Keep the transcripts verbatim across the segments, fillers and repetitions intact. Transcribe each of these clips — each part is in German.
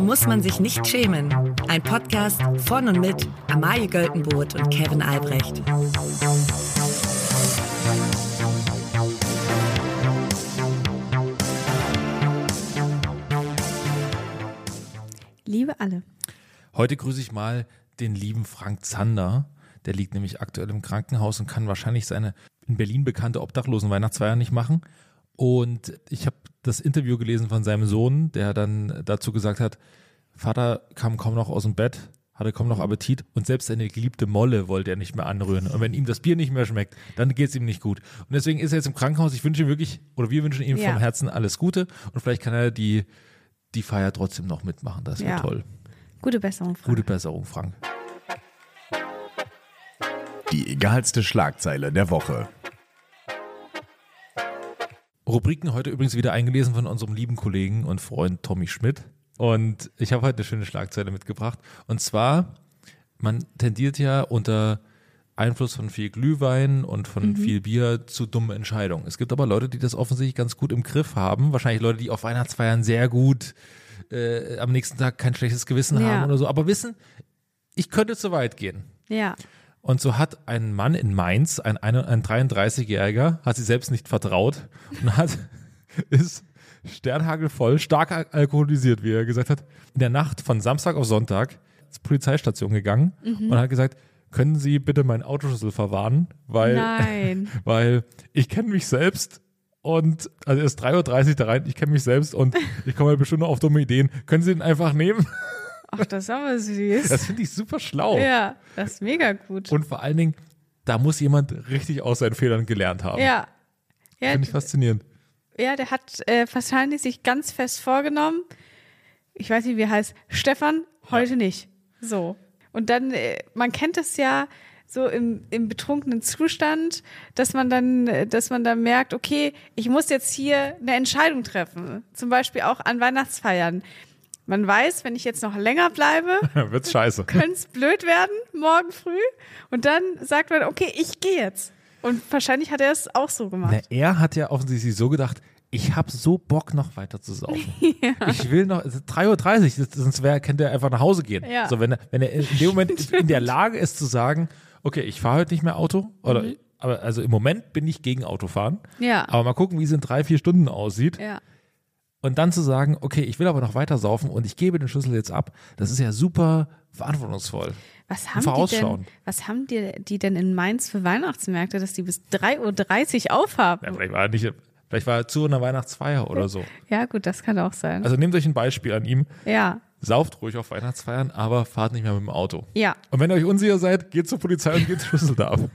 muss man sich nicht schämen. Ein Podcast von und mit Amalie Göltenboot und Kevin Albrecht. Liebe alle. Heute grüße ich mal den lieben Frank Zander. Der liegt nämlich aktuell im Krankenhaus und kann wahrscheinlich seine in Berlin bekannte Obdachlosen-Weihnachtsfeier nicht machen. Und ich habe das Interview gelesen von seinem Sohn, der dann dazu gesagt hat, Vater kam kaum noch aus dem Bett, hatte kaum noch Appetit und selbst seine geliebte Molle wollte er nicht mehr anrühren. Und wenn ihm das Bier nicht mehr schmeckt, dann geht es ihm nicht gut. Und deswegen ist er jetzt im Krankenhaus. Ich wünsche ihm wirklich, oder wir wünschen ihm Ja. vom Herzen alles Gute. Und vielleicht kann er die, die Feier trotzdem noch mitmachen. Das wäre Ja. toll. Gute Besserung, Frank. Gute Besserung, Frank. Die egalste Schlagzeile der Woche. Rubriken heute übrigens wieder eingelesen von unserem lieben Kollegen und Freund Tommy Schmidt. Und ich habe heute eine schöne Schlagzeile mitgebracht. Und zwar, man tendiert ja unter Einfluss von viel Glühwein und von mhm. viel Bier zu dummen Entscheidungen. Es gibt aber Leute, die das offensichtlich ganz gut im Griff haben. Wahrscheinlich Leute, die auf Weihnachtsfeiern sehr gut äh, am nächsten Tag kein schlechtes Gewissen Ja. haben oder so. Aber wissen, ich könnte zu weit gehen. Ja. Und so hat ein Mann in Mainz, ein, ein dreiunddreißigjähriger, hat sich selbst nicht vertraut und hat, ist sternhagelvoll, stark alkoholisiert, wie er gesagt hat, in der Nacht von Samstag auf Sonntag zur Polizeistation gegangen mhm. und hat gesagt, können Sie bitte meinen Autoschlüssel verwahren, weil, Nein. weil ich kenne mich selbst und, also er ist drei Uhr dreißig da rein, ich kenne mich selbst und ich komme halt bestimmt noch auf dumme Ideen. Können Sie den einfach nehmen? Ach, das ist aber süß. Das finde ich super schlau. Ja, das ist mega gut. Und vor allen Dingen, da muss jemand richtig aus seinen Fehlern gelernt haben. Ja. Ja, Finde ich faszinierend. ja, der hat äh, wahrscheinlich sich ganz fest vorgenommen, ich weiß nicht, wie er heißt, Stefan, heute ja. nicht. So. Und dann, äh, man kennt das ja so im, im betrunkenen Zustand, dass man dann, äh, dass man dann merkt, okay, ich muss jetzt hier eine Entscheidung treffen. Zum Beispiel auch an Weihnachtsfeiern. Man weiß, wenn ich jetzt noch länger bleibe, wird's scheiße. Könnte es blöd werden, morgen früh. Und dann sagt man, okay, ich gehe jetzt. Und wahrscheinlich hat er es auch so gemacht. Na, er hat ja offensichtlich so gedacht, ich habe so Bock, noch weiter zu saufen. Ja. Ich will noch, drei Uhr dreißig, sonst wäre, könnte er einfach nach Hause gehen. Ja. So, wenn er, wenn er in dem Moment in der Lage ist zu sagen, okay, ich fahre heute nicht mehr Auto, oder, mhm. aber also im Moment bin ich gegen Autofahren. Ja. Aber mal gucken, wie es in drei, vier Stunden aussieht. Ja. Und dann zu sagen, okay, ich will aber noch weiter saufen und ich gebe den Schlüssel jetzt ab, das ist ja super verantwortungsvoll. Was haben, die denn, was haben die, die denn in Mainz für Weihnachtsmärkte, dass die bis drei Uhr dreißig aufhaben? Ja, vielleicht war er nicht, vielleicht war er zu einer Weihnachtsfeier oder so. Ja, gut, das kann auch sein. Also nehmt euch ein Beispiel an ihm. Ja. Sauft ruhig auf Weihnachtsfeiern, aber fahrt nicht mehr mit dem Auto. Ja. Und wenn ihr euch unsicher seid, geht zur Polizei und gebt Schlüssel da ab.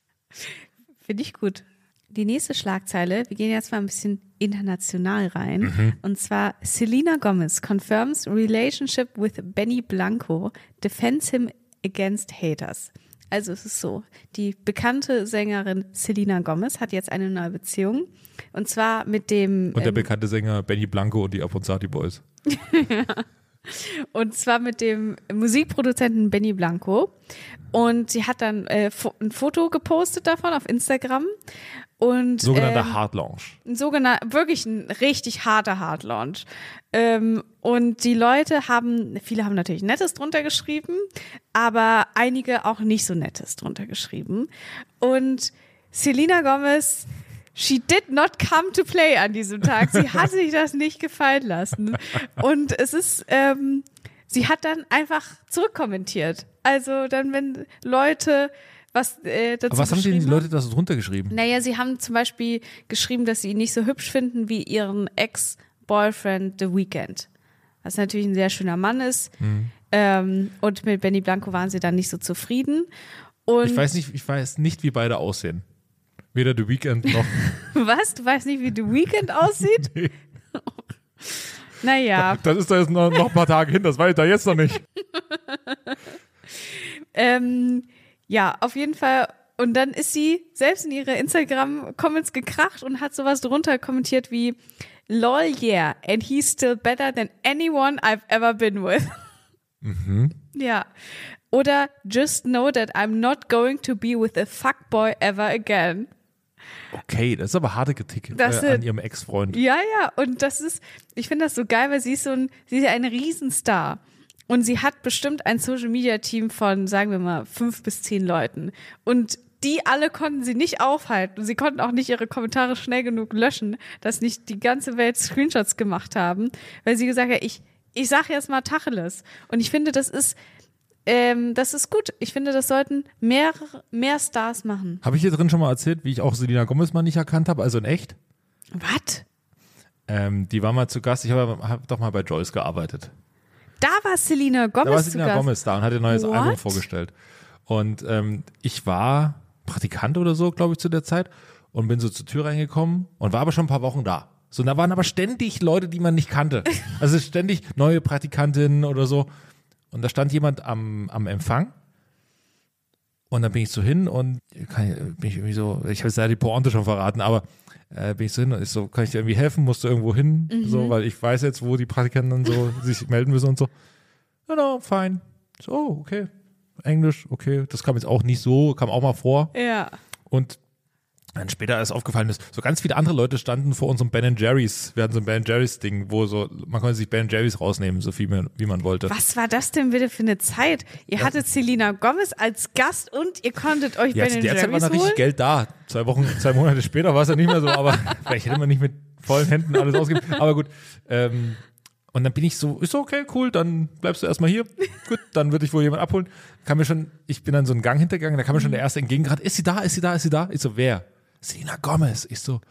Finde ich gut. Die nächste Schlagzeile, wir gehen jetzt mal ein bisschen international rein. Mhm. Und zwar Selena Gomez confirms relationship with Benny Blanco, defends him against haters. Also es ist so, die bekannte Sängerin Selena Gomez hat jetzt eine neue Beziehung. Und zwar mit dem... Und der ähm, bekannte Sänger Benny Blanco und die Aponzati Boys. Ja. Und zwar mit dem Musikproduzenten Benny Blanco. Und sie hat dann äh, ein Foto gepostet davon auf Instagram. Und, sogenannter ähm, Hard Launch. Ein sogenannter, wirklich ein richtig harter Hard Launch. Ähm, und die Leute haben, viele haben natürlich Nettes drunter geschrieben, aber einige auch nicht so Nettes drunter geschrieben. Und Selena Gomez, she did not come to play an diesem Tag. Sie hat sich das nicht gefallen lassen. Und es ist, ähm, sie hat dann einfach zurückkommentiert. Also dann, wenn Leute was äh, dazu Aber was haben denn die Leute da so drunter geschrieben? Naja, sie haben zum Beispiel geschrieben, dass sie ihn nicht so hübsch finden wie ihren Ex-Boyfriend The Weeknd. Was natürlich ein sehr schöner Mann ist. Mhm. Ähm, und mit Benny Blanco waren sie dann nicht so zufrieden. Und ich weiß nicht, ich weiß nicht, wie beide aussehen. Weder The Weeknd noch. Was? Du weißt nicht, wie The Weeknd aussieht? Nee. Naja. Das ist da jetzt noch, noch ein paar Tage hin, das weiß ich da jetzt noch nicht. ähm, ja, auf jeden Fall. Und dann ist sie selbst in ihre Instagram-Comments gekracht und hat sowas drunter kommentiert wie lol, yeah, and he's still better than anyone I've ever been with. Mhm. Ja. Oder just know that I'm not going to be with a fuckboy ever again. Okay, das ist aber harte Kritik Das äh, an ist- ihrem Ex-Freund. Ja, ja, und das ist, ich finde das so geil, weil sie ist so ein, sie ist ja ein Riesenstar. Und sie hat bestimmt ein Social-Media-Team von, sagen wir mal, fünf bis zehn Leuten. Und die alle konnten sie nicht aufhalten. Und sie konnten auch nicht ihre Kommentare schnell genug löschen, dass nicht die ganze Welt Screenshots gemacht haben. Weil sie gesagt hat, ich, ich sag jetzt mal Tacheles. Und ich finde, das ist, ähm, das ist gut. Ich finde, das sollten mehr, mehr Stars machen. Habe ich hier drin schon mal erzählt, wie ich auch Selena Gomez mal nicht erkannt habe, also in echt? Was? Ähm, die war mal zu Gast, ich habe hab doch mal bei Joyce gearbeitet. Da war Selena Gomez Da war zu Selena Gast. Gomez da und hat ihr neues What? Album vorgestellt. Und ähm, ich war Praktikant oder so, glaube ich, zu der Zeit und bin so zur Tür reingekommen und war aber schon ein paar Wochen da. So, und da waren aber ständig Leute, die man nicht kannte. Also ständig neue Praktikantinnen oder so. Und da stand jemand am, am Empfang und dann bin ich so hin und kann ich, bin ich irgendwie so, ich habe jetzt ja die Pointe schon verraten, aber äh, bin ich so hin und ich so, kann ich dir irgendwie helfen? Musst du irgendwo hin? Mhm. So, weil ich weiß jetzt, wo die Praktikanten dann so sich melden müssen und so. No, no, fine. So, oh, okay. Englisch, okay. Das kam jetzt auch nicht so, kam auch mal vor. Ja. Und dann später ist aufgefallen, dass so ganz viele andere Leute standen vor unserem Ben and Jerry's. Wir hatten so ein Ben and Jerry's Ding, wo so, man konnte sich Ben and Jerry's rausnehmen, so viel man, wie man wollte. Was war das denn bitte für eine Zeit? Ihr hattet Selena Gomez als Gast und ihr konntet euch Ja, Ben zu and der Zeit war Jerry's noch richtig holen? Geld da. Zwei Wochen, zwei Monate später war es ja nicht mehr so, aber vielleicht hätte man nicht mit vollen Händen alles ausgegeben. Aber gut. Ähm, und dann bin ich so, ist so, okay, cool, dann bleibst du erstmal hier. Gut, dann würde ich wohl jemand abholen. Kam mir schon, ich bin dann so einen Gang hintergegangen, da kam mir schon der erste entgegengerannt. Ist sie da? Ist sie da? Ist sie da? Ich so, wer? Selena Gomez. Ich so,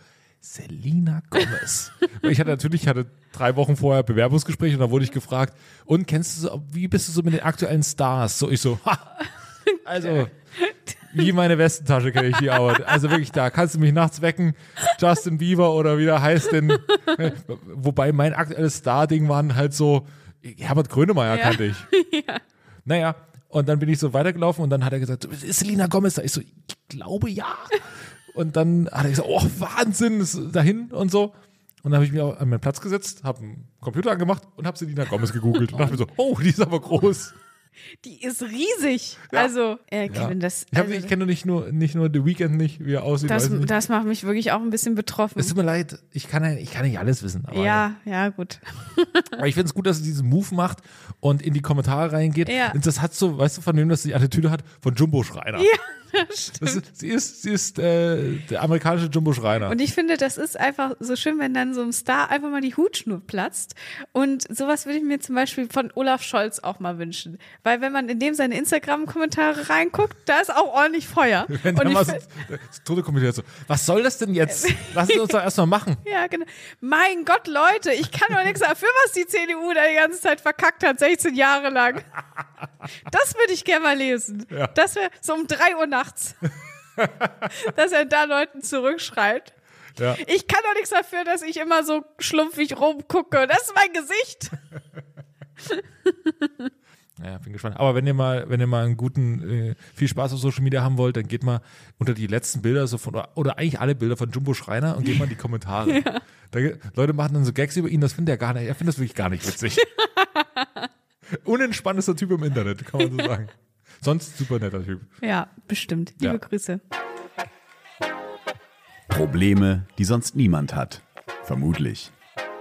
Selena Gomez. Weil ich hatte natürlich, ich hatte drei Wochen vorher Bewerbungsgespräch und da wurde ich gefragt, und kennst du so, wie bist du so mit den aktuellen Stars? So, ich so, ha, also, wie meine Westentasche kenne ich die Arbeit. Also wirklich, da kannst du mich nachts wecken, Justin Bieber oder wie der heißt denn. Wobei mein aktuelles Star-Ding waren halt so, Herbert Grönemeyer Ja. kannte ich. Ja. Naja, und dann bin ich so weitergelaufen und dann hat er gesagt, ist Selena Gomez da? Ich so, ich glaube ja. Und dann hat er gesagt, oh Wahnsinn, ist dahin und so. Und dann habe ich mich auch an meinen Platz gesetzt, habe einen Computer angemacht und habe Selena Gomez gegoogelt und dachte mir so, oh, die ist aber groß. Die ist riesig. Ja. Also, äh, Kevin, Ja. das, Ich, hab, also, ich kenne nicht nur, nicht nur The Weeknd nicht, wie er aussieht. das, weiß nicht. das macht mich wirklich auch ein bisschen betroffen. Es tut mir leid, ich kann, ja- ich kann nicht alles wissen. Aber, Ja, ja, gut. aber ich finde es gut, dass sie diesen Move macht und in die Kommentare reingeht. Ja. Und das hat so, weißt du, von wem, dass sie eine Attitüde hat? Von Jumbo Schreiner. Ja, das Das stimmt. ist, sie ist, sie ist äh, der amerikanische Jumbo Schreiner. Und ich finde, das ist einfach so schön, wenn dann so einem Star einfach mal die Hutschnur platzt. Und sowas würde ich mir zum Beispiel von Olaf Scholz auch mal wünschen. Weil wenn man in dem seine Instagram-Kommentare reinguckt, da ist auch ordentlich Feuer. Wenn Und dann ich mal so, find- so Tote kommentiert so, was soll das denn jetzt? Lass es uns doch erstmal machen. Ja, genau. Mein Gott, Leute, ich kann doch nichts dafür, was die C D U da die ganze Zeit verkackt hat, sechzehn Jahre lang. Das würde ich gerne mal lesen. Ja. Das wäre so um drei Uhr nachts. Dass er da Leuten zurückschreibt. Ja. Ich kann doch nichts dafür, dass ich immer so schlumpfig rumgucke. Das ist mein Gesicht. Ja, bin gespannt. Aber wenn ihr mal, wenn ihr mal einen guten, äh, viel Spaß auf Social Media haben wollt, dann geht mal unter die letzten Bilder so von, oder, oder eigentlich alle Bilder von Jumbo Schreiner und geht mal in die Kommentare. Ja. Da, Leute machen dann so Gags über ihn, das findet er gar nicht, er findet das wirklich gar nicht witzig. Unentspanntester Typ im Internet, kann man so sagen. Sonst super netter Typ. Ja, bestimmt. Liebe Ja. Grüße. Probleme, die sonst niemand hat. Vermutlich.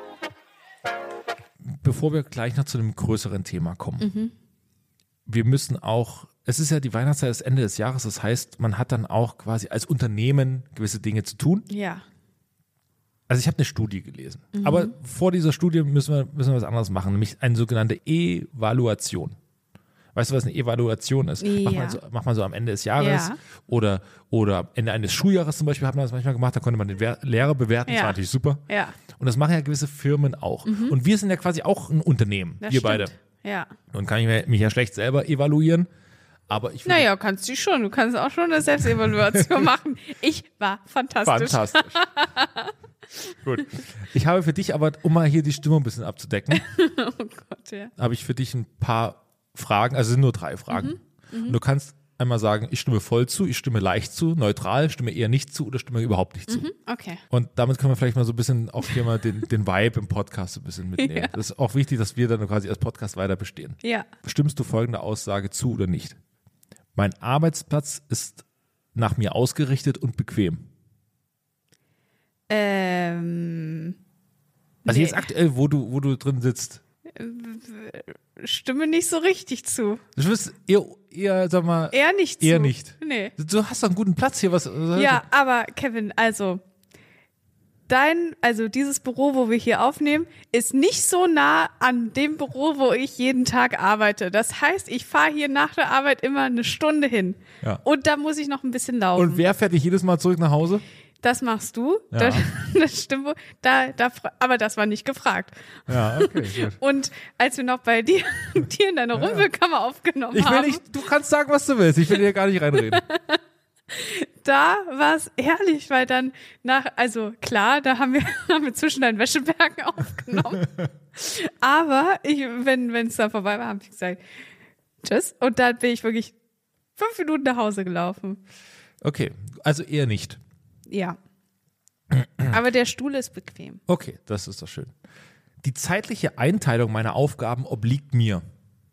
Bevor wir gleich noch zu einem größeren Thema kommen. Mhm. Wir müssen auch, es ist ja die Weihnachtszeit, das Ende des Jahres, das heißt, man hat dann auch quasi als Unternehmen gewisse Dinge zu tun. Ja. Also ich habe eine Studie gelesen. Mhm. Aber vor dieser Studie müssen wir, müssen wir was anderes machen, nämlich eine sogenannte Evaluation. Weißt du, was eine Evaluation ist? Ja. Macht, man so, macht man so am Ende des Jahres Ja. oder, oder am Ende eines Schuljahres zum Beispiel, hat man das manchmal gemacht, da konnte man den Wer- Lehrer bewerten, das Ja. war natürlich super. Ja. Und das machen ja gewisse Firmen auch. Und wir sind ja quasi auch ein Unternehmen, Das wir stimmt. beide. Ja. Nun kann ich mir- mich ja schlecht selber evaluieren, aber ich finde Naja, kannst du schon. Du kannst auch schon eine Selbstevaluation machen. Ich war fantastisch. fantastisch. Gut. Ich habe für dich aber, um mal hier die Stimmung ein bisschen abzudecken, Oh Gott, ja. habe ich für dich ein paar Fragen, also es sind nur drei Fragen. Und du kannst einmal sagen, ich stimme voll zu, ich stimme leicht zu, neutral, stimme eher nicht zu oder stimme überhaupt nicht zu. Okay. Und damit können wir vielleicht mal so ein bisschen auch hier mal den, den Vibe im Podcast so ein bisschen mitnehmen. Ja. Das ist auch wichtig, dass wir dann quasi als Podcast weiter bestehen. Ja. Stimmst du folgende Aussage zu oder nicht? Mein Arbeitsplatz ist nach mir ausgerichtet und bequem. Ähm, Also nee. jetzt aktuell, wo du, wo du drin sitzt. Stimme nicht so richtig zu. Du wirst eher, eher, sag mal, Eher nicht eher zu. nicht. Nee. Du hast doch einen guten Platz hier. Was, Ja, aber Kevin, also dein, also dieses Büro, wo wir hier aufnehmen, ist nicht so nah an dem Büro, wo ich jeden Tag arbeite. Das heißt, ich fahre hier nach der Arbeit immer eine Stunde hin. Ja. Und da muss ich noch ein bisschen laufen. Und wer fährt dich jedes Mal zurück nach Hause? Das machst du. Ja. Das, das stimmt wohl. Da, da, aber das war nicht gefragt. Ja, okay, gut. Und als wir noch bei dir, dir in deiner Rumpelkammer aufgenommen Ich will haben, nicht, du kannst sagen, was du willst. Ich will dir gar nicht reinreden. da war es herrlich, weil dann nach, also klar, da haben wir, haben wir zwischen deinen Wäschebergen aufgenommen. Aber ich, wenn es dann vorbei war, habe ich gesagt, tschüss. Und dann bin ich wirklich fünf Minuten nach Hause gelaufen. Okay, also eher nicht. Ja. Aber der Stuhl ist bequem. Okay, das ist doch schön. Die zeitliche Einteilung meiner Aufgaben obliegt mir.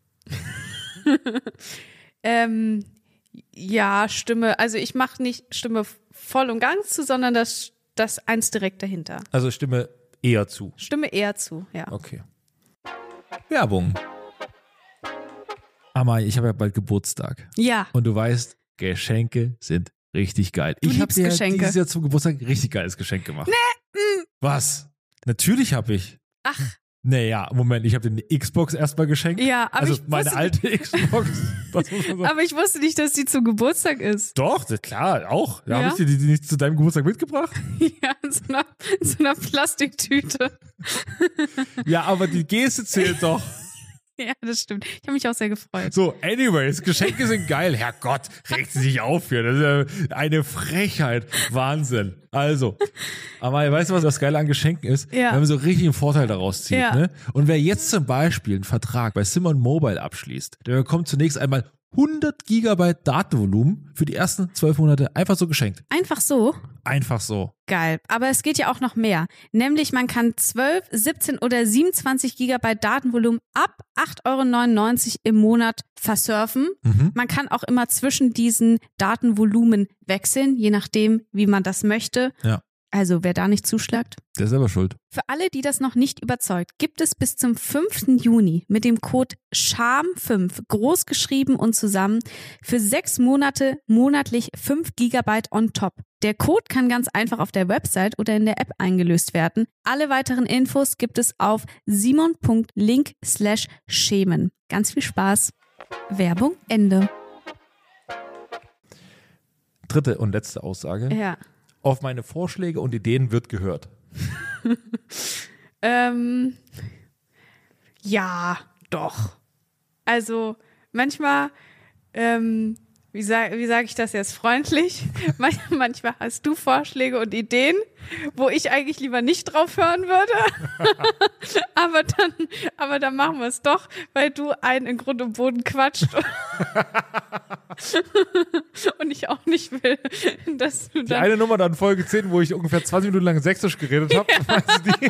Ähm, ja, Stimme, also ich mache nicht Stimme voll und ganz zu, sondern das, das eins direkt dahinter. Also stimme eher zu. Stimme eher zu, ja. Okay. Werbung. Amai, ich habe ja bald Geburtstag. Ja. Und du weißt, Geschenke sind richtig geil. Du ich habe liebst dir Geschenke. dieses Jahr zum Geburtstag ein richtig geiles Geschenk gemacht. Nee. Mm. Was? Natürlich habe ich. Ach. Naja, Moment, ich habe dir eine Xbox erstmal geschenkt. Ja, aber also ich meine wusste alte Xbox. Das muss man sagen. Aber ich wusste nicht, dass die zum Geburtstag ist. Doch, das, klar, auch. Da Ja? habe ich dir die, die nicht zu deinem Geburtstag mitgebracht. Ja, in so einer, in so einer Plastiktüte. Ja, aber die Geste zählt doch. Ja, das stimmt. Ich habe mich auch sehr gefreut. So, anyways, Geschenke sind geil. Herrgott, regt sie sich auf hier. Das ist ja eine Frechheit. Wahnsinn. Also, aber weißt du, was das Geile an Geschenken ist? Ja. Wenn man so richtig einen Vorteil daraus zieht. Ja. Ne? Und wer jetzt zum Beispiel einen Vertrag bei Simon Mobile abschließt, der bekommt zunächst einmal hundert Gigabyte Datenvolumen für die ersten zwölf Monate einfach so geschenkt. Einfach so? Einfach so. Geil. Aber es geht ja auch noch mehr. Nämlich man kann zwölf, siebzehn oder siebenundzwanzig Gigabyte Datenvolumen ab acht Euro neunundneunzig im Monat versurfen. Mhm. Man kann auch immer zwischen diesen Datenvolumen wechseln, je nachdem, wie man das möchte. Ja. Also wer da nicht zuschlägt. Der ist selber schuld. Für alle, die das noch nicht überzeugt, gibt es bis zum fünften Juni mit dem Code S H A M fünf, groß geschrieben und zusammen, für sechs Monate monatlich fünf Gigabyte on top. Der Code kann ganz einfach auf der Website oder in der App eingelöst werden. Alle weiteren Infos gibt es auf simon.link slash schämen. Ganz viel Spaß. Werbung Ende. Dritte und letzte Aussage. Ja. Auf meine Vorschläge und Ideen wird gehört. Ähm, ja, doch. Also manchmal, ähm, wie sage wie sag ich das jetzt freundlich? Man, manchmal hast du Vorschläge und Ideen, wo ich eigentlich lieber nicht drauf hören würde. aber dann, aber dann machen wir es doch, weil du einen in Grund und Boden quatscht. Und ich auch nicht will, dass du Die dann... eine Nummer dann Folge zehn, wo ich ungefähr zwanzig Minuten lang Sächsisch geredet habe. Ja. Weißt du die?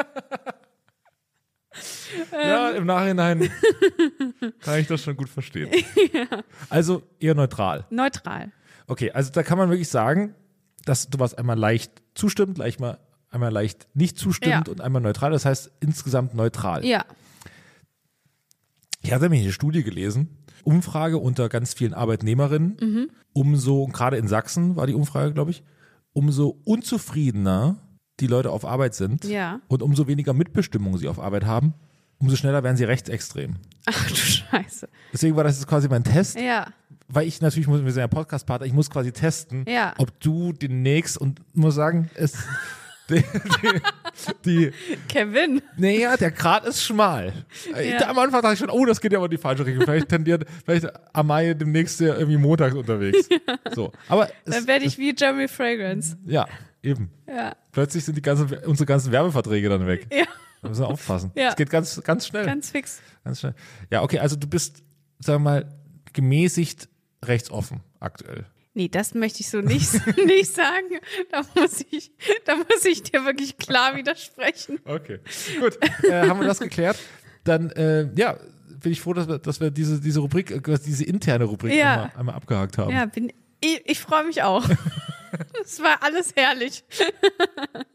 Ja, im Nachhinein kann ich das schon gut verstehen. Ja. Also eher neutral. Neutral. Okay, also da kann man wirklich sagen, dass du was einmal leicht zustimmt, leicht mal, einmal leicht nicht zustimmt Ja. und einmal neutral. Das heißt insgesamt neutral. Ja. Ich hatte nämlich eine Studie gelesen, Umfrage unter ganz vielen Arbeitnehmerinnen. Mhm. Umso, gerade in Sachsen war die Umfrage, glaube ich, umso unzufriedener die Leute auf Arbeit sind Ja. und umso weniger Mitbestimmung sie auf Arbeit haben, umso schneller werden sie rechtsextrem. Ach du Scheiße. Deswegen war das jetzt quasi mein Test, Ja. weil ich natürlich, muss, wir sind ja Podcast-Partner, ich muss quasi testen, Ja. ob du demnächst, und muss sagen, es, die, die, die, Kevin. naja, der Grat ist schmal. Ja. Am Anfang dachte ich schon, oh, das geht ja aber in die falsche Richtung. Vielleicht tendiert, vielleicht Amaya demnächst ja irgendwie montags unterwegs. So. Aber es, Dann werde ich wie Jeremy Fragrance. ja, eben. Ja. Plötzlich sind die ganzen, unsere ganzen Werbeverträge dann weg. Ja. Da müssen wir aufpassen. Ja. Es geht ganz, ganz schnell. Ganz fix. Ganz schnell. Ja, okay, also du bist, sagen wir mal, gemäßigt rechtsoffen aktuell. Nee, das möchte ich so nicht, nicht sagen. Da muss ich, da muss ich dir wirklich klar widersprechen. Okay, gut. Äh, haben wir das geklärt? Dann, äh, ja, bin ich froh, dass wir, dass wir diese, diese Rubrik, äh, diese interne Rubrik Ja. einmal, einmal abgehakt haben. Ja, bin, ich, ich freue mich auch. Es war alles herrlich.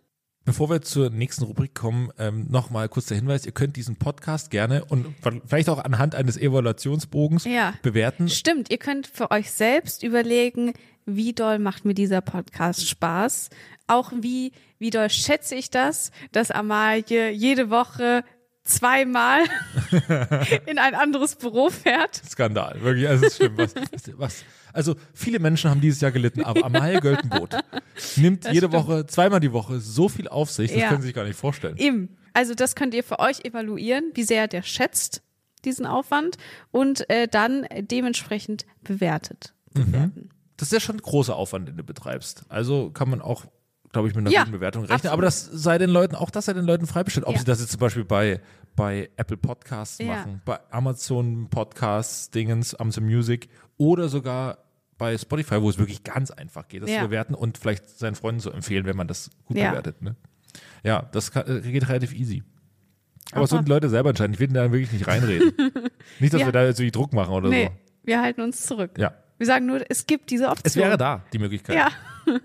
Bevor wir zur nächsten Rubrik kommen, ähm, nochmal kurz der Hinweis, ihr könnt diesen Podcast gerne und vielleicht auch anhand eines Evaluationsbogens Ja. bewerten. Stimmt, ihr könnt für euch selbst überlegen, wie doll macht mir dieser Podcast Spaß. Auch wie, wie doll schätze ich das, dass Amalie jede Woche zweimal in ein anderes Büro fährt. Skandal, wirklich, also es ist schlimm. Was, was, also viele Menschen haben dieses Jahr gelitten, aber Amalie Göltenboot nimmt Das jede stimmt. Woche, zweimal die Woche so viel auf sich, das Ja. können Sie sich gar nicht vorstellen. Eben. Also das könnt ihr für euch evaluieren, wie sehr der schätzt, diesen Aufwand, und äh, dann dementsprechend bewertet. Bewerten. Das ist ja schon ein großer Aufwand, den du betreibst. Also kann man auch, glaube ich, mit einer Ja, guten Bewertung rechnen. absolut. Aber das sei den Leuten, auch das sei den Leuten freigestellt. Ob Ja. sie das jetzt zum Beispiel bei, bei Apple Podcasts Ja. machen, bei Amazon Podcasts, Dingens, Amazon Music oder sogar bei Spotify, wo es wirklich ganz einfach geht, das Ja. zu bewerten und vielleicht seinen Freunden so empfehlen, wenn man das gut Ja. bewertet. Ne? Ja, das kann, äh, geht relativ easy. Aber Aber- so die Leute selber entscheiden. Ich will da wirklich nicht reinreden. Nicht, dass Ja. wir da jetzt irgendwie Druck machen oder Nee, so. wir halten uns zurück. Ja. Wir sagen nur, es gibt diese Option. Es wäre da, die Möglichkeit. Ja.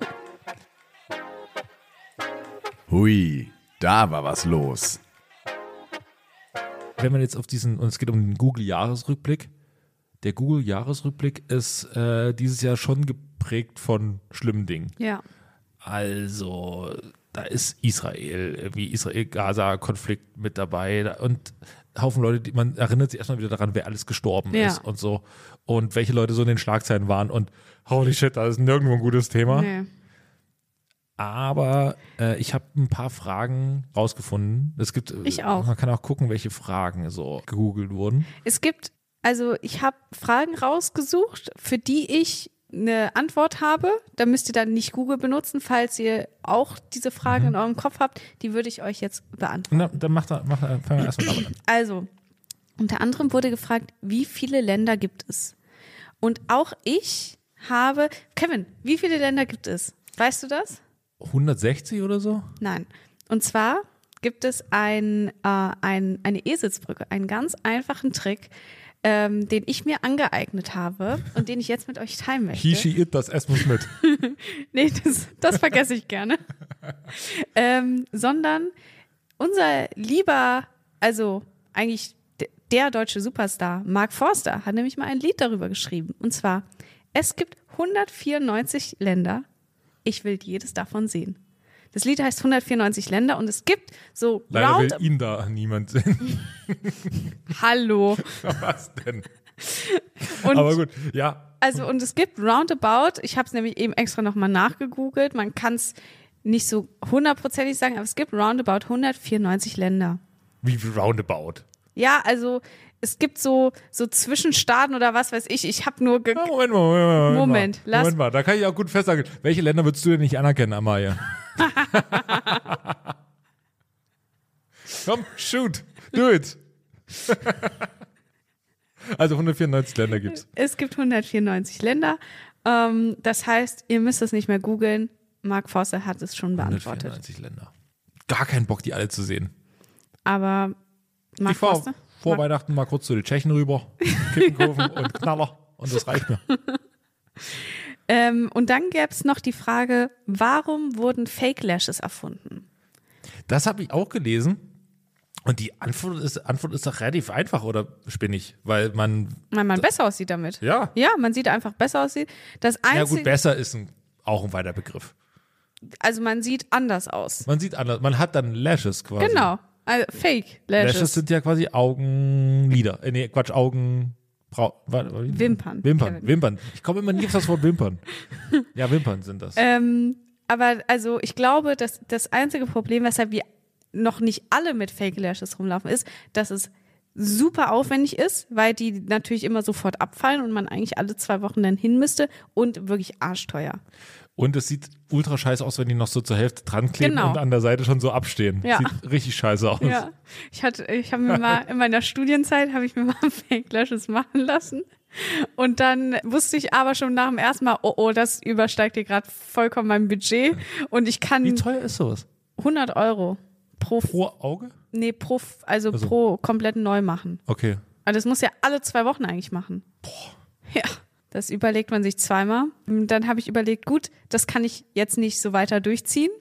Hui, da war was los. Wenn man jetzt auf diesen, und es geht um den Google-Jahresrückblick, der Google-Jahresrückblick ist äh, dieses Jahr schon geprägt von schlimmen Dingen. Ja. Also, da ist Israel, irgendwie Israel-Gaza-Konflikt mit dabei da- und Haufen Leute, die, man erinnert sich erstmal wieder daran, wer alles gestorben Ja. ist und so und welche Leute so in den Schlagzeilen waren und holy shit, da ist nirgendwo ein gutes Thema. Nee. Aber äh, ich habe ein paar Fragen rausgefunden. Es gibt, Ich auch. Man kann auch gucken, welche Fragen so gegoogelt wurden. Es gibt, also ich habe Fragen rausgesucht, für die ich eine Antwort habe. Da müsst ihr dann nicht Google benutzen, falls ihr auch diese Frage in eurem Kopf habt. Die würde ich euch jetzt beantworten. Na, dann mach da, mach da, fangen wir erstmal damit an. Also, unter anderem wurde gefragt, wie viele Länder gibt es? Und auch ich habe, Kevin, wie viele Länder gibt es? Weißt du das? hundertsechzig oder so? Nein. Und zwar gibt es ein, äh, ein, eine Eselsbrücke, einen ganz einfachen Trick, ähm, den ich mir angeeignet habe und den ich jetzt mit euch teilen möchte. He, she, it, das S muss mit. Nee, das, das vergesse ich gerne. ähm, sondern unser lieber, also eigentlich d- der deutsche Superstar, Mark Forster, hat nämlich mal ein Lied darüber geschrieben. Und zwar, es gibt hundertvierundneunzig Länder, ich will jedes davon sehen. Das Lied heißt hundertvierundneunzig Länder und es gibt so Leider will round... ihn da niemand sehen. Hallo. Was denn? Und Aber gut, ja. Also und es gibt roundabout, ich habe es nämlich eben extra nochmal nachgegoogelt, man kann es nicht so hundertprozentig sagen, aber es gibt roundabout hundertvierundneunzig Länder. Wie roundabout. Ja, also es gibt so, so Zwischenstaaten oder was weiß ich, ich habe nur... Ge Ja, Moment mal, Moment mal. Moment, Moment, mal. lass- Moment mal, da kann ich auch gut festsagen. Welche Länder würdest du denn nicht anerkennen, Amalia? Komm, shoot, do it. Also hundertvierundneunzig Länder gibt's. Es gibt hundertvierundneunzig Länder, ähm, das heißt, ihr müsst es nicht mehr googeln, Mark Forster hat es schon beantwortet. hundertvierundneunzig Länder. Gar keinen Bock, die alle zu sehen. Aber Mark ich fahr Forster? vor Mark- Weihnachten mal kurz zu den Tschechen rüber, Kippenkurven und Knaller und das reicht mir. Ähm, und dann gäbe es noch die Frage, warum wurden Fake Lashes erfunden? Das habe ich auch gelesen. Und die Antwort ist, Antwort ist doch relativ einfach, oder spinnig? Weil man, Weil man besser aussieht damit. ja, Ja, man sieht einfach besser aussieht. Das ja gut, Einzige, besser ist ein, auch ein weiter Begriff. also man sieht anders aus. Man sieht anders, man hat dann Lashes quasi. Genau, also Fake Lashes. Lashes sind ja quasi Augenlider. Äh, nee, Quatsch, Augen. Brau, wa- wa- Wimpern. Wimpern, Kevin. Wimpern. Ich komme immer nie auf das Wort Wimpern. Ja, Wimpern sind das. ähm, aber also ich glaube, dass das einzige Problem, weshalb wir noch nicht alle mit Fake Lashes rumlaufen, ist, dass es super aufwendig ist, weil die natürlich immer sofort abfallen und man eigentlich alle zwei Wochen dann hin müsste und wirklich arschteuer. Und es sieht ultra scheiße aus, wenn die noch so zur Hälfte dran kleben Genau. und an der Seite schon so abstehen. Ja. Sieht richtig scheiße aus. Ja, ich hatte, ich habe mir mal in meiner Studienzeit habe ich mir mal Fake Lashes machen lassen und dann wusste ich aber schon nach dem ersten Mal, oh oh, das übersteigt hier gerade vollkommen mein Budget und ich kann Wie teuer ist sowas? hundert Euro pro, Pro Auge? nee pro, also, Also- pro komplett neu machen. Okay. Also das muss ja alle zwei Wochen eigentlich machen. Boah. Ja. Das überlegt man sich zweimal. Dann habe ich überlegt, gut, das kann ich jetzt nicht so weiter durchziehen.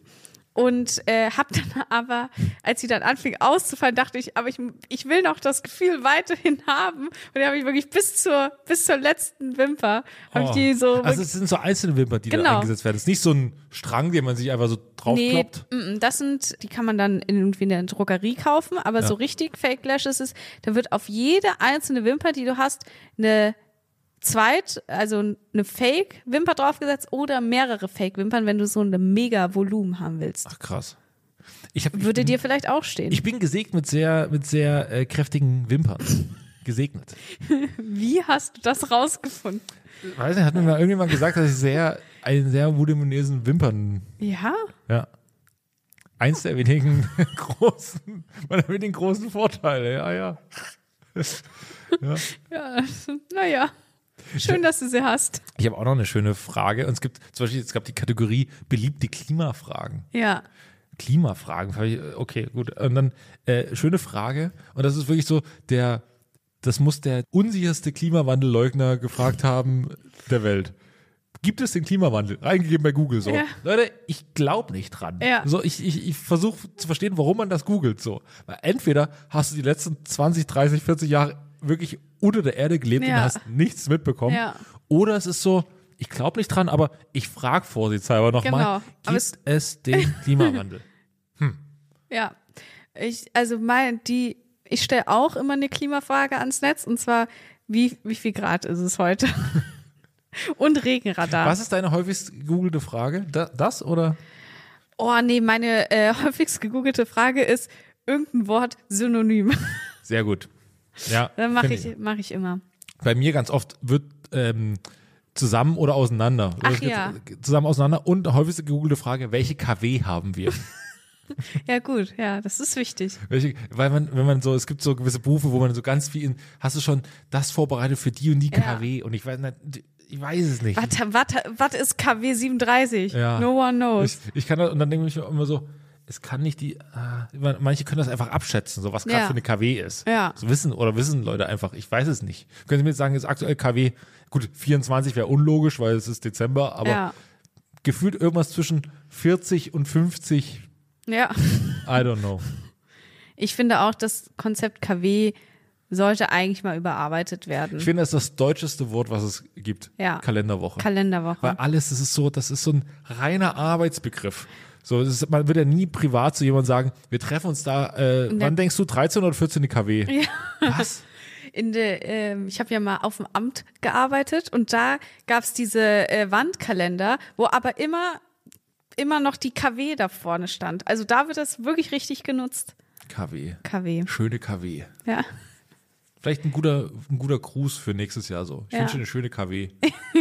Und äh, hab dann aber, als sie dann anfing auszufallen, dachte ich, aber ich, ich will noch das Gefühl weiterhin haben. Und dann habe ich wirklich bis zur, bis zur letzten Wimper, habe ich die so. Also es sind so einzelne Wimpern, die genau. da eingesetzt werden. Es ist nicht so ein Strang, den man sich einfach so draufkloppt. Nee, das sind, die kann man dann irgendwie in der Drogerie kaufen, aber ja. so richtig Fake Lashes ist, da wird auf jede einzelne Wimper, die du hast, eine Zweit, also eine Fake-Wimper draufgesetzt oder mehrere Fake-Wimpern, wenn du so eine mega Volumen haben willst. Ach krass. Ich hab, ich Würde bin, dir vielleicht auch stehen. Ich bin gesegnet mit sehr, mit sehr äh, kräftigen Wimpern. Gesegnet. Wie hast du das rausgefunden? Weiß nicht, hat mir mal irgendjemand gesagt, dass ich sehr, einen sehr voluminösen Wimpern. Ja? Ja. Eins der wenigen großen, meiner wenigen großen Vorteile, ja, ja. ja. Ja, naja. Schön, dass du sie hast. Ich habe auch noch eine schöne Frage. Und es gibt zum Beispiel, es gab die Kategorie beliebte Klimafragen. Ja. Klimafragen. Okay, gut. Und dann äh, schöne Frage. Und das ist wirklich so, der, das muss der unsicherste Klimawandelleugner gefragt haben der Welt. Gibt es den Klimawandel? Reingegeben bei Google so. Ja. Leute, ich glaube nicht dran. Ja. So, ich ich, ich versuche zu verstehen, warum man das googelt. So. Weil entweder hast du die letzten zwanzig, dreißig, vierzig Jahre wirklich unter der Erde gelebt Ja. und hast nichts mitbekommen. Ja. Oder es ist so, ich glaube nicht dran, aber ich frage vorsichtshalber nochmal, Genau. gibt Aber es, es den Klimawandel? Ja. Ich, also mein, die, ich stelle auch immer eine Klimafrage ans Netz und zwar, wie, wie viel Grad ist es heute? Und Regenradar. Was ist deine häufigst gegoogelte Frage? Da, das oder? Oh nee, meine äh, häufigst gegoogelte Frage ist irgendein Wort synonym. Sehr gut. Ja, Dann mache find ich, mach ich immer. Bei mir ganz oft wird ähm, zusammen oder auseinander. Ach Es gibt ja. Zusammen auseinander und häufigste gegoogelte Frage, welche K W haben wir? Ja gut, ja, das ist wichtig. Welche, weil man, wenn man so, es gibt so gewisse Berufe, wo man so ganz viel, in, hast du schon das vorbereitet für die und die Ja. K W? Und ich weiß, nicht, ich weiß es nicht. Was, was, was ist K W siebenunddreißig? Ja. No one knows. Ich, ich kann das, und dann denke ich mir immer so, es kann nicht die, äh, manche können das einfach abschätzen, so was gerade Ja. für eine K W ist. Ja. So wissen oder wissen Leute einfach, ich weiß es nicht. Können Sie mir jetzt sagen, ist aktuell K W, gut, vierundzwanzig wäre unlogisch, weil es ist Dezember, aber Ja. gefühlt irgendwas zwischen vierzig und fünfzig, Ja. I don't know. Ich finde auch, das Konzept K W sollte eigentlich mal überarbeitet werden. Ich finde, das ist das deutscheste Wort, was es gibt. Ja. Kalenderwoche. Kalenderwoche. Weil alles, das ist so, das ist so ein reiner Arbeitsbegriff. So, das ist, man wird ja nie privat zu jemandem sagen, wir treffen uns da, äh, wann denkst du, dreizehn oder vierzehn K W? Ja. Was? In der, ähm, ich habe ja mal auf dem Amt gearbeitet und da gab's diese äh, Wandkalender, wo aber immer, immer noch die K W da vorne stand. Also da wird das wirklich richtig genutzt. K W. K W. Schöne K W. Ja. Vielleicht ein guter, ein guter Gruß für nächstes Jahr so. Ich Ja. wünsche eine schöne K W.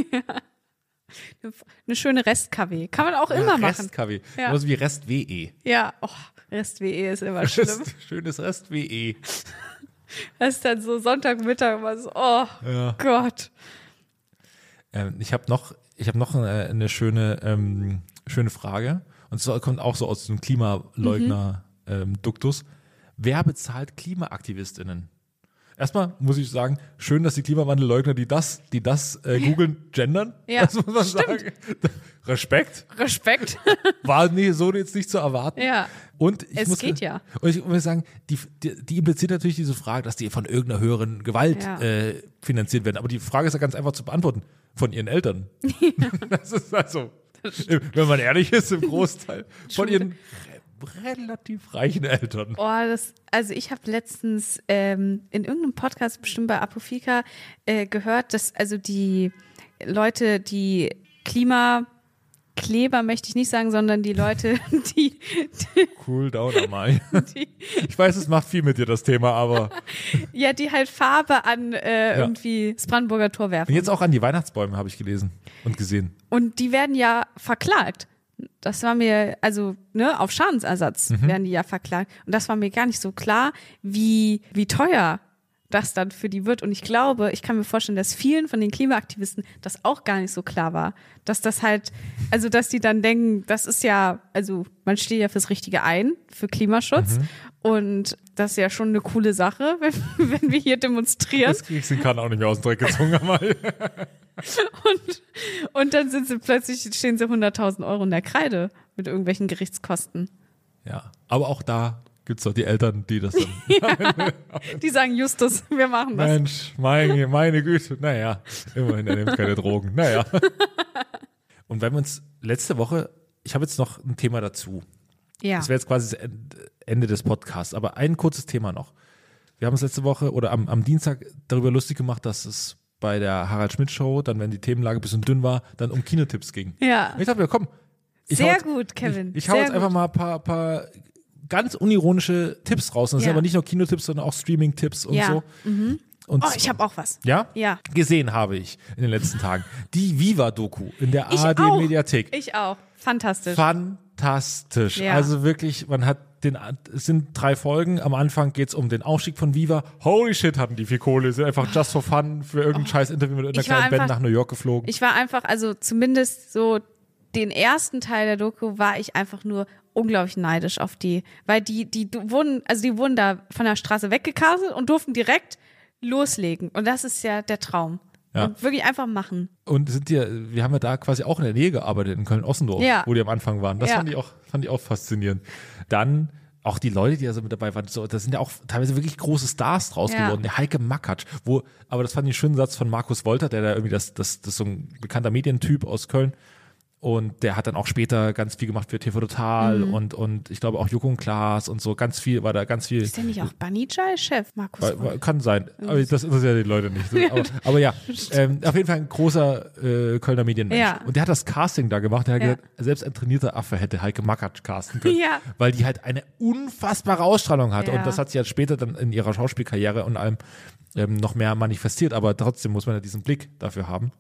Eine schöne Rest-K W. Kann man auch immer machen. Rest-K W. Ja. Genauso wie Rest-W E. Ja, oh, Rest-W E ist immer schlimm. Rest, schönes Rest-W E. Das ist dann so Sonntagmittag immer so, oh Ja. Gott. Ähm, ich habe noch, ich hab noch eine, eine schöne, ähm, schöne Frage. Und zwar kommt auch so aus dem Klimaleugner-Duktus. Wer bezahlt KlimaaktivistInnen? Erstmal muss ich sagen, schön, dass die Klimawandelleugner, die das, die das äh, googeln, gendern. Ja, das muss man sagen. Respekt. Respekt. War nee, so jetzt nicht zu erwarten. Ja. Und ich Es muss, geht ja. Und ich muss sagen, die, die, die impliziert natürlich diese Frage, dass die von irgendeiner höheren Gewalt Ja. äh, finanziert werden. Aber die Frage ist ja ganz einfach zu beantworten. Von ihren Eltern. Ja. Das ist also, wenn man ehrlich ist, im Großteil von ihren relativ reichen Eltern. Oh, das, also ich habe letztens ähm, in irgendeinem Podcast, bestimmt bei Apofika, äh, gehört, dass also die Leute, die Klimakleber möchte ich nicht sagen, sondern die Leute, die, die, Cool down, Amai. die Ich weiß, es macht viel mit dir, das Thema, aber ja, die halt Farbe an äh, irgendwie das Brandenburger Tor werfen. und jetzt auch an die Weihnachtsbäume habe ich gelesen und gesehen. Und die werden ja verklagt. Das war mir, also, ne, auf Schadensersatz Mhm. werden die ja verklagt. Und das war mir gar nicht so klar, wie, wie teuer das dann für die wird. Und ich glaube, ich kann mir vorstellen, dass vielen von den Klimaaktivisten das auch gar nicht so klar war. Dass das halt, also dass die dann denken, das ist ja, also man steht ja fürs Richtige ein, für Klimaschutz. Mhm. Und das ist ja schon eine coole Sache, wenn, wenn wir hier demonstrieren. Das krieg ich den Kahn auch nicht mehr aus dem Dreck gezogen. und, und dann sind sie plötzlich, stehen sie hunderttausend Euro in der Kreide mit irgendwelchen Gerichtskosten. Ja, aber auch da gibt es doch die Eltern, die das dann. Ja, die sagen, Justus, wir machen das. Mensch, meine, meine Güte. Naja, immerhin, er nimmt keine Drogen. Naja. Und wenn wir uns letzte Woche, ich habe jetzt noch ein Thema dazu. Ja. Das wäre jetzt quasi das Ende des Podcasts. Aber ein kurzes Thema noch. Wir haben uns letzte Woche oder am, am Dienstag darüber lustig gemacht, dass es bei der Harald Schmidt Show, dann wenn die Themenlage ein bisschen dünn war, dann um Kinotipps ging. Ja. Und ich dachte mir, komm. Ich Sehr jetzt, gut, Kevin. Ich, ich hau jetzt einfach mal ein paar, paar ganz unironische Tipps raus. Und das ja. sind aber nicht nur Kinotipps, sondern auch Streaming-Tipps und ja. so. Mhm. Und oh, ich habe auch was. Ja? Ja. Gesehen habe ich in den letzten Tagen. Die Viva-Doku in der Ich A R D-Mediathek. Ich auch. Fantastisch. Fantastisch. Ja. Also wirklich, man hat den, es sind drei Folgen. Am Anfang geht es um den Aufstieg von Viva. Holy shit, hatten die viel Kohle. Sind einfach just for fun für irgendein oh. scheiß Interview mit irgendeiner kleinen einfach, Band nach New York geflogen. Ich war einfach, also zumindest so den ersten Teil der Doku war ich einfach nur unglaublich neidisch auf die, weil die, die wurden, also die wurden da von der Straße weggecastet und durften direkt loslegen. Und das ist ja der Traum. Ja. Und wirklich einfach machen. Und sind die, wir haben ja da quasi auch in der Nähe gearbeitet, in Köln-Ossendorf, ja. wo die am Anfang waren. Das ja. fand ich auch, fand ich auch faszinierend. Dann auch die Leute, die da so mit dabei waren, so, das sind ja auch teilweise wirklich große Stars draus ja. geworden. Der Heike Makatsch, wo, aber das fand ich einen schönen Satz von Markus Wolter, der da irgendwie das, das, das ist so ein bekannter Medientyp aus Köln. Und der hat dann auch später ganz viel gemacht für T V Total mhm. und, und ich glaube auch Joko und Klaas und so, ganz viel, war da ganz viel. Ist der nicht auch Banijay-Chef, Markus? War, war, kann sein, aber das interessiert ja die Leute nicht. Aber, aber ja, ähm, auf jeden Fall ein großer äh, Kölner Medienmensch. Ja. Und der hat das Casting da gemacht, der hat ja. gesagt, selbst ein trainierter Affe hätte Heike Makatsch casten können, ja. weil die halt eine unfassbare Ausstrahlung hatte. Ja. Und das hat sie halt später dann in ihrer Schauspielkarriere und allem ähm, noch mehr manifestiert, aber trotzdem muss man ja diesen Blick dafür haben.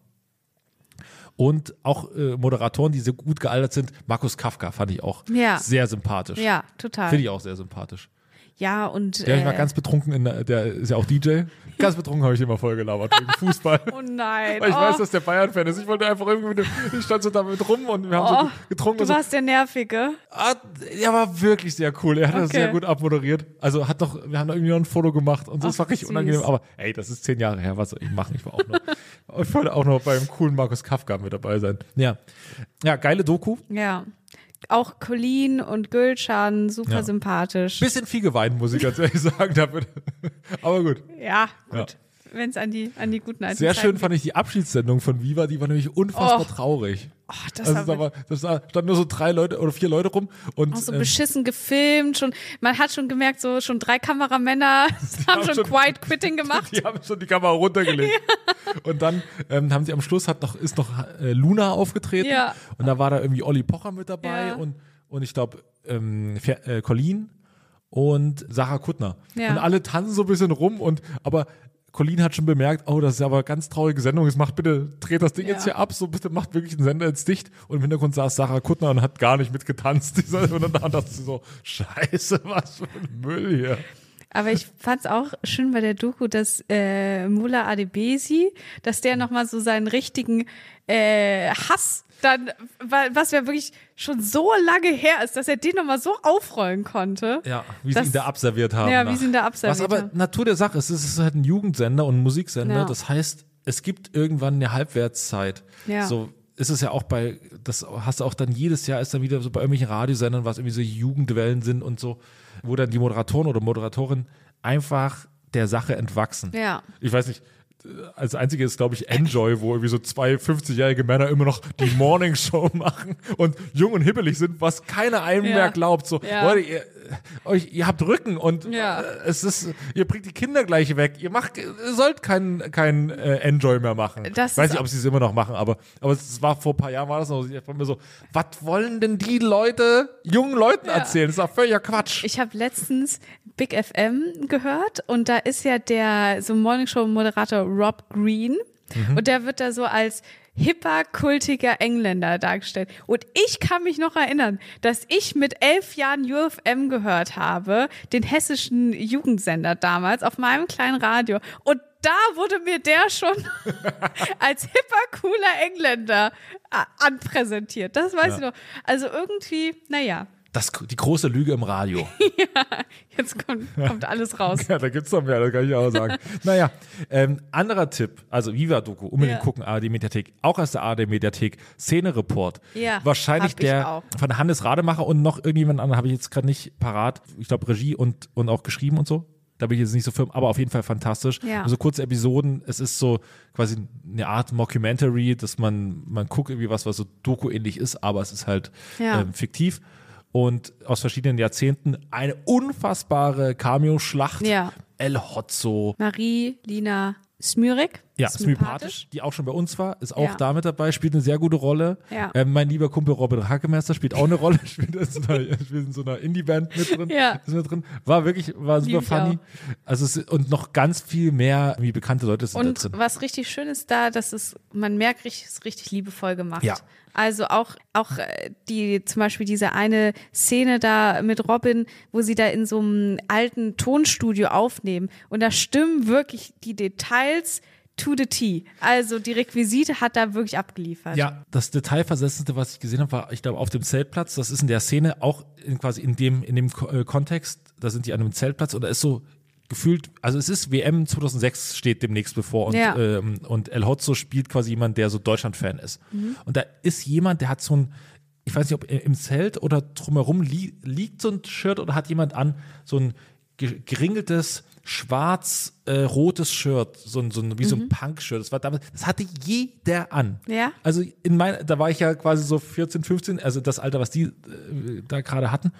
Und auch äh, Moderatoren, die so gut gealtert sind. Markus Kafka fand ich auch ja. sehr sympathisch. Ja, total. Finde ich auch sehr sympathisch. Ja, und der äh, war ganz betrunken, in der, der ist ja auch D J. Ganz betrunken habe ich immer voll gelabert wegen Fußball. Oh nein. Weil ich oh. weiß, dass der Bayern-Fan ist. Ich wollte einfach irgendwie mit dem, ich stand so damit rum und wir haben oh, so getrunken. Du und so. warst der Nervige. Ah, er war wirklich sehr cool. Er hat okay. das sehr gut abmoderiert. Also hat doch, wir haben da irgendwie noch ein Foto gemacht und so. Das war richtig süß. Unangenehm. Aber ey, das ist zehn Jahre her. Was soll ich machen? Ich war auch noch, ich wollte auch noch beim coolen Markus Kafka mit dabei sein. Ja, ja, geile Doku. Ja. Auch Colleen und Gülcan, super ja. sympathisch. Bisschen viel geweint, muss ich ganz ehrlich sagen. Damit. Aber gut. Ja, gut. Ja. Wenn es an die, an die guten alten Sehr Zeiten schön geht. fand ich die Abschiedssendung von Viva, die war nämlich unfassbar oh. traurig. Oh, das also da, war, das da standen nur so drei Leute oder vier Leute rum. Und, auch so ähm, beschissen gefilmt. Schon, man hat schon gemerkt, so schon drei Kameramänner haben, haben schon, schon Quiet Quitting gemacht. Die haben schon die Kamera runtergelegt. Ja. Und dann ähm, haben sie am Schluss, hat noch, ist noch äh, Luna aufgetreten. Ja. Und da war da irgendwie Olli Pocher mit dabei ja. und, und ich glaube ähm, äh, Colleen und Sarah Kuttner. Ja. Und alle tanzen so ein bisschen rum und aber Colleen hat schon bemerkt, oh, das ist aber eine ganz traurige Sendung, jetzt macht bitte, dreht das Ding ja. jetzt hier ab, so bitte macht wirklich den Sender jetzt dicht. Und im Hintergrund saß Sarah Kuttner und hat gar nicht mitgetanzt. Und dann dachte ich so, scheiße, was für ein Müll hier. Aber ich fand's auch schön bei der Doku, dass äh, Mullah Adebisi, dass der nochmal so seinen richtigen äh, Hass dann, was ja wirklich schon so lange her ist, dass er den nochmal so aufrollen konnte. Ja, wie sie ihn da abserviert haben. Ja, nach. wie sie ihn da abserviert haben. Was aber Natur der Sache ist, es ist halt ein Jugendsender und ein Musiksender. Ja. Das heißt, es gibt irgendwann eine Halbwertszeit. Ja. So ist es ja auch bei, das hast du auch dann jedes Jahr, ist dann wieder so bei irgendwelchen Radiosendern, was irgendwie so Jugendwellen sind und so, wo dann die Moderatoren oder Moderatorin einfach der Sache entwachsen. Ja. Ich weiß nicht, als einzige ist, glaube ich, Enjoy, wo irgendwie so zwei fünfzigjährige Männer immer noch die Morning Show machen und jung und hibbelig sind, was keiner einem ja. mehr glaubt. So, ja. Leute, ihr, euch, ihr habt Rücken und ja. äh, es ist, ihr bringt die Kinder gleich weg. Ihr macht, ihr sollt kein, kein äh, Enjoy mehr machen. Das ich weiß nicht, ob sie es immer noch machen, aber, aber es war vor ein paar Jahren war das noch. Ich war mir so, was wollen denn die Leute jungen Leuten ja. erzählen? Das ist doch völliger Quatsch. Ich habe letztens Big F M gehört und da ist ja der so Morning Show Moderator Rob Green mhm. und der wird da so als hipper, kultiger Engländer dargestellt. Und ich kann mich noch erinnern, dass ich mit elf Jahren U F M gehört habe, den hessischen Jugendsender damals, auf meinem kleinen Radio. Und da wurde mir der schon als hipper, cooler Engländer anpräsentiert. Das weiß ja. ich noch. Also irgendwie, naja. Das, die große Lüge im Radio. Ja, jetzt kommt, kommt alles raus. Ja, da gibt's noch mehr, das kann ich auch sagen. Naja, ähm, anderer Tipp, also Viva-Doku, unbedingt ja. gucken, A R D-Mediathek, auch aus der A R D-Mediathek, Szene-Report. Ja, wahrscheinlich der von Hannes Rademacher und noch irgendjemand anderen, habe ich jetzt gerade nicht parat. Ich glaube Regie und, und auch geschrieben und so. Da bin ich jetzt nicht so firm, aber auf jeden Fall fantastisch. Ja. Also kurze Episoden, es ist so quasi eine Art Mockumentary, dass man, man guckt irgendwie was, was so Doku-ähnlich ist, aber es ist halt ja. ähm, fiktiv. Und aus verschiedenen Jahrzehnten eine unfassbare Cameo-Schlacht. Ja. El Hotzo. Marie Lina Smyrik. Ja, Smypathisch, die auch schon bei uns war, ist auch ja. da mit dabei, spielt eine sehr gute Rolle. Ja. Ähm, mein lieber Kumpel Robin Hackemeister spielt auch eine Rolle, spielt in so einer, spielt in so einer Indie-Band mit drin. Ja. Ist mit drin. War wirklich, war super funny. Also es, und noch ganz viel mehr, wie bekannte Leute sind und da drin. Und was richtig schön ist da, dass es, man merkt, es ist richtig liebevoll gemacht. Ja. Also auch, auch die, zum Beispiel diese eine Szene da mit Robin, wo sie da in so einem alten Tonstudio aufnehmen und da stimmen wirklich die Details to the T. Also die Requisite hat da wirklich abgeliefert. Ja, das Detailversessenste, was ich gesehen habe, war, ich glaube, auf dem Zeltplatz. Das ist in der Szene auch in, quasi in dem, in dem Ko- äh, Kontext, da sind die an einem Zeltplatz und da ist so gefühlt, also es ist W M zweitausendsechs steht demnächst bevor und, ja. ähm, und El Hotzo spielt quasi jemand, der so Deutschland-Fan ist. Mhm. Und da ist jemand, der hat so ein, ich weiß nicht, ob im Zelt oder drumherum li- liegt so ein Shirt oder hat jemand an, so ein geringeltes schwarz-rotes äh, Shirt, so ein, so ein, wie mhm. so ein Punk-Shirt. Das war damals, das hatte jeder an. Ja. Also in mein, da war ich ja quasi so vierzehn, fünfzehn, also das Alter, was die äh, da gerade hatten.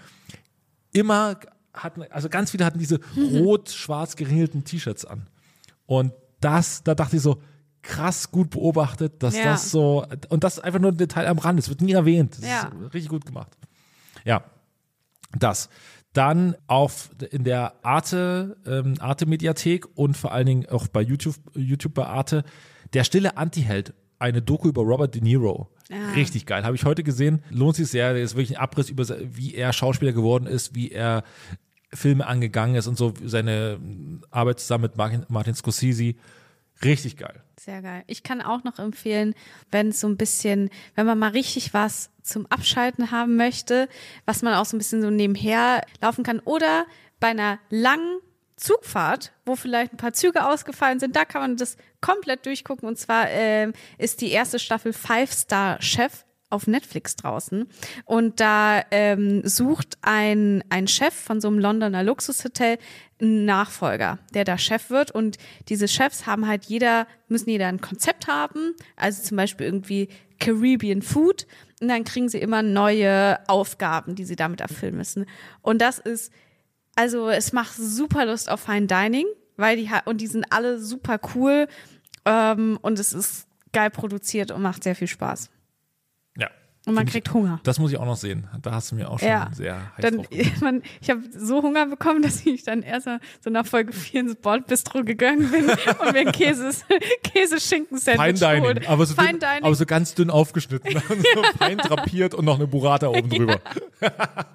Immer hatten, also ganz viele hatten diese mhm. rot-schwarz geringelten T-Shirts an. Und das, da dachte ich so, krass gut beobachtet, dass ja. das so, und das ist einfach nur ein Detail am Rand, es wird nie erwähnt. Das ja. ist richtig gut gemacht. Ja, das. Dann auf in der Arte, ähm, Arte-Mediathek und vor allen Dingen auch bei YouTube, YouTube bei Arte, Der stille Antiheld, eine Doku über Robert De Niro. Ah. Richtig geil, habe ich heute gesehen, lohnt sich sehr, der ist wirklich ein Abriss über, wie er Schauspieler geworden ist, wie er Filme angegangen ist und so, seine Arbeit zusammen mit Martin, Martin Scorsese. Richtig geil. Sehr geil. Ich kann auch noch empfehlen, wenn es so ein bisschen, wenn man mal richtig was zum Abschalten haben möchte, was man auch so ein bisschen so nebenher laufen kann oder bei einer langen Zugfahrt, wo vielleicht ein paar Züge ausgefallen sind, da kann man das komplett durchgucken und zwar äh, ist die erste Staffel Five Star Chef auf Netflix draußen und da ähm, sucht ein, ein Chef von so einem Londoner Luxushotel einen Nachfolger, der da Chef wird und diese Chefs haben halt jeder, müssen jeder ein Konzept haben, also zum Beispiel irgendwie Caribbean Food und dann kriegen sie immer neue Aufgaben, die sie damit erfüllen müssen und das ist, also es macht super Lust auf Fine Dining, weil die und die sind alle super cool ähm, und es ist geil produziert und macht sehr viel Spaß. Ja. Und man kriegt ich, Hunger. Das muss ich auch noch sehen. Da hast du mir auch schon ja. sehr heiß dann, drauf gemacht. man, Ich habe so Hunger bekommen, dass ich dann erst mal so nach Folge vier ins Bordbistro gegangen bin und mir ein Käses, Käse-Schinken-Sandwich Fine geholt. Dining, aber so, Fine dünn, Dining. aber so ganz dünn aufgeschnitten. Ja. So fein drapiert und noch eine Burrata oben drüber. Ja.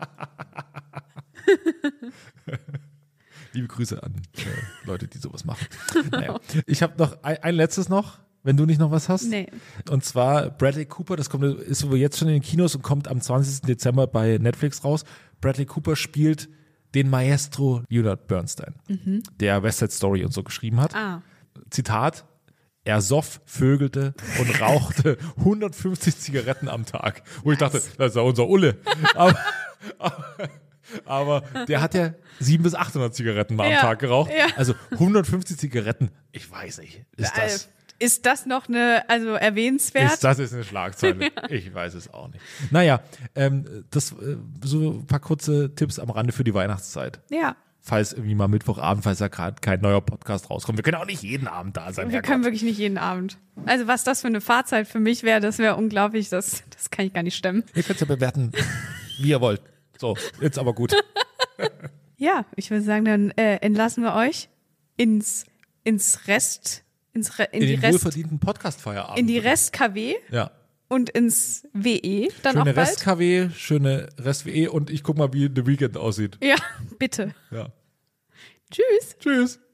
Liebe Grüße an äh, Leute, die sowas machen. Naja. Ich habe noch ein, ein letztes noch, wenn du nicht noch was hast. Nee. Und zwar Bradley Cooper, das kommt, ist wohl jetzt schon in den Kinos und kommt am zwanzigsten Dezember bei Netflix raus. Bradley Cooper spielt den Maestro Leonard Bernstein, mhm. der West Side Story und so geschrieben hat. Ah. Zitat: Er soff, vögelte und rauchte hundertfünfzig Zigaretten am Tag. Wo ich dachte, das ist ja unser Ulle. Aber, aber, aber der hat ja siebenhundert bis achthundert Zigaretten mal ja, am Tag geraucht. Ja. Also hundertfünfzig Zigaretten, ich weiß nicht, ist das... Ist das noch eine, also erwähnenswert? Ist das ist eine Schlagzeile? Ich weiß es auch nicht. Naja, ähm, das, äh, so ein paar kurze Tipps am Rande für die Weihnachtszeit. Ja. Falls irgendwie mal Mittwochabend, falls da gerade kein neuer Podcast rauskommt. Wir können auch nicht jeden Abend da sein. Wir können Gott. wirklich nicht jeden Abend. Also was das für eine Fahrzeit für mich wäre, das wäre unglaublich. Das, das kann ich gar nicht stemmen. Ihr könnt es ja bewerten, wie ihr wollt. So, jetzt aber gut. Ja, ich würde sagen, dann äh, entlassen wir euch ins, ins Rest ins Re- in, In die den Rest, wohlverdienten Podcast-Feierabend. in die Rest-K W Ja. und ins W E dann Schöne auch bald. Rest-K W, schöne Rest-W E und ich guck mal, wie The Weeknd aussieht. Ja, bitte. Ja. Tschüss. Tschüss.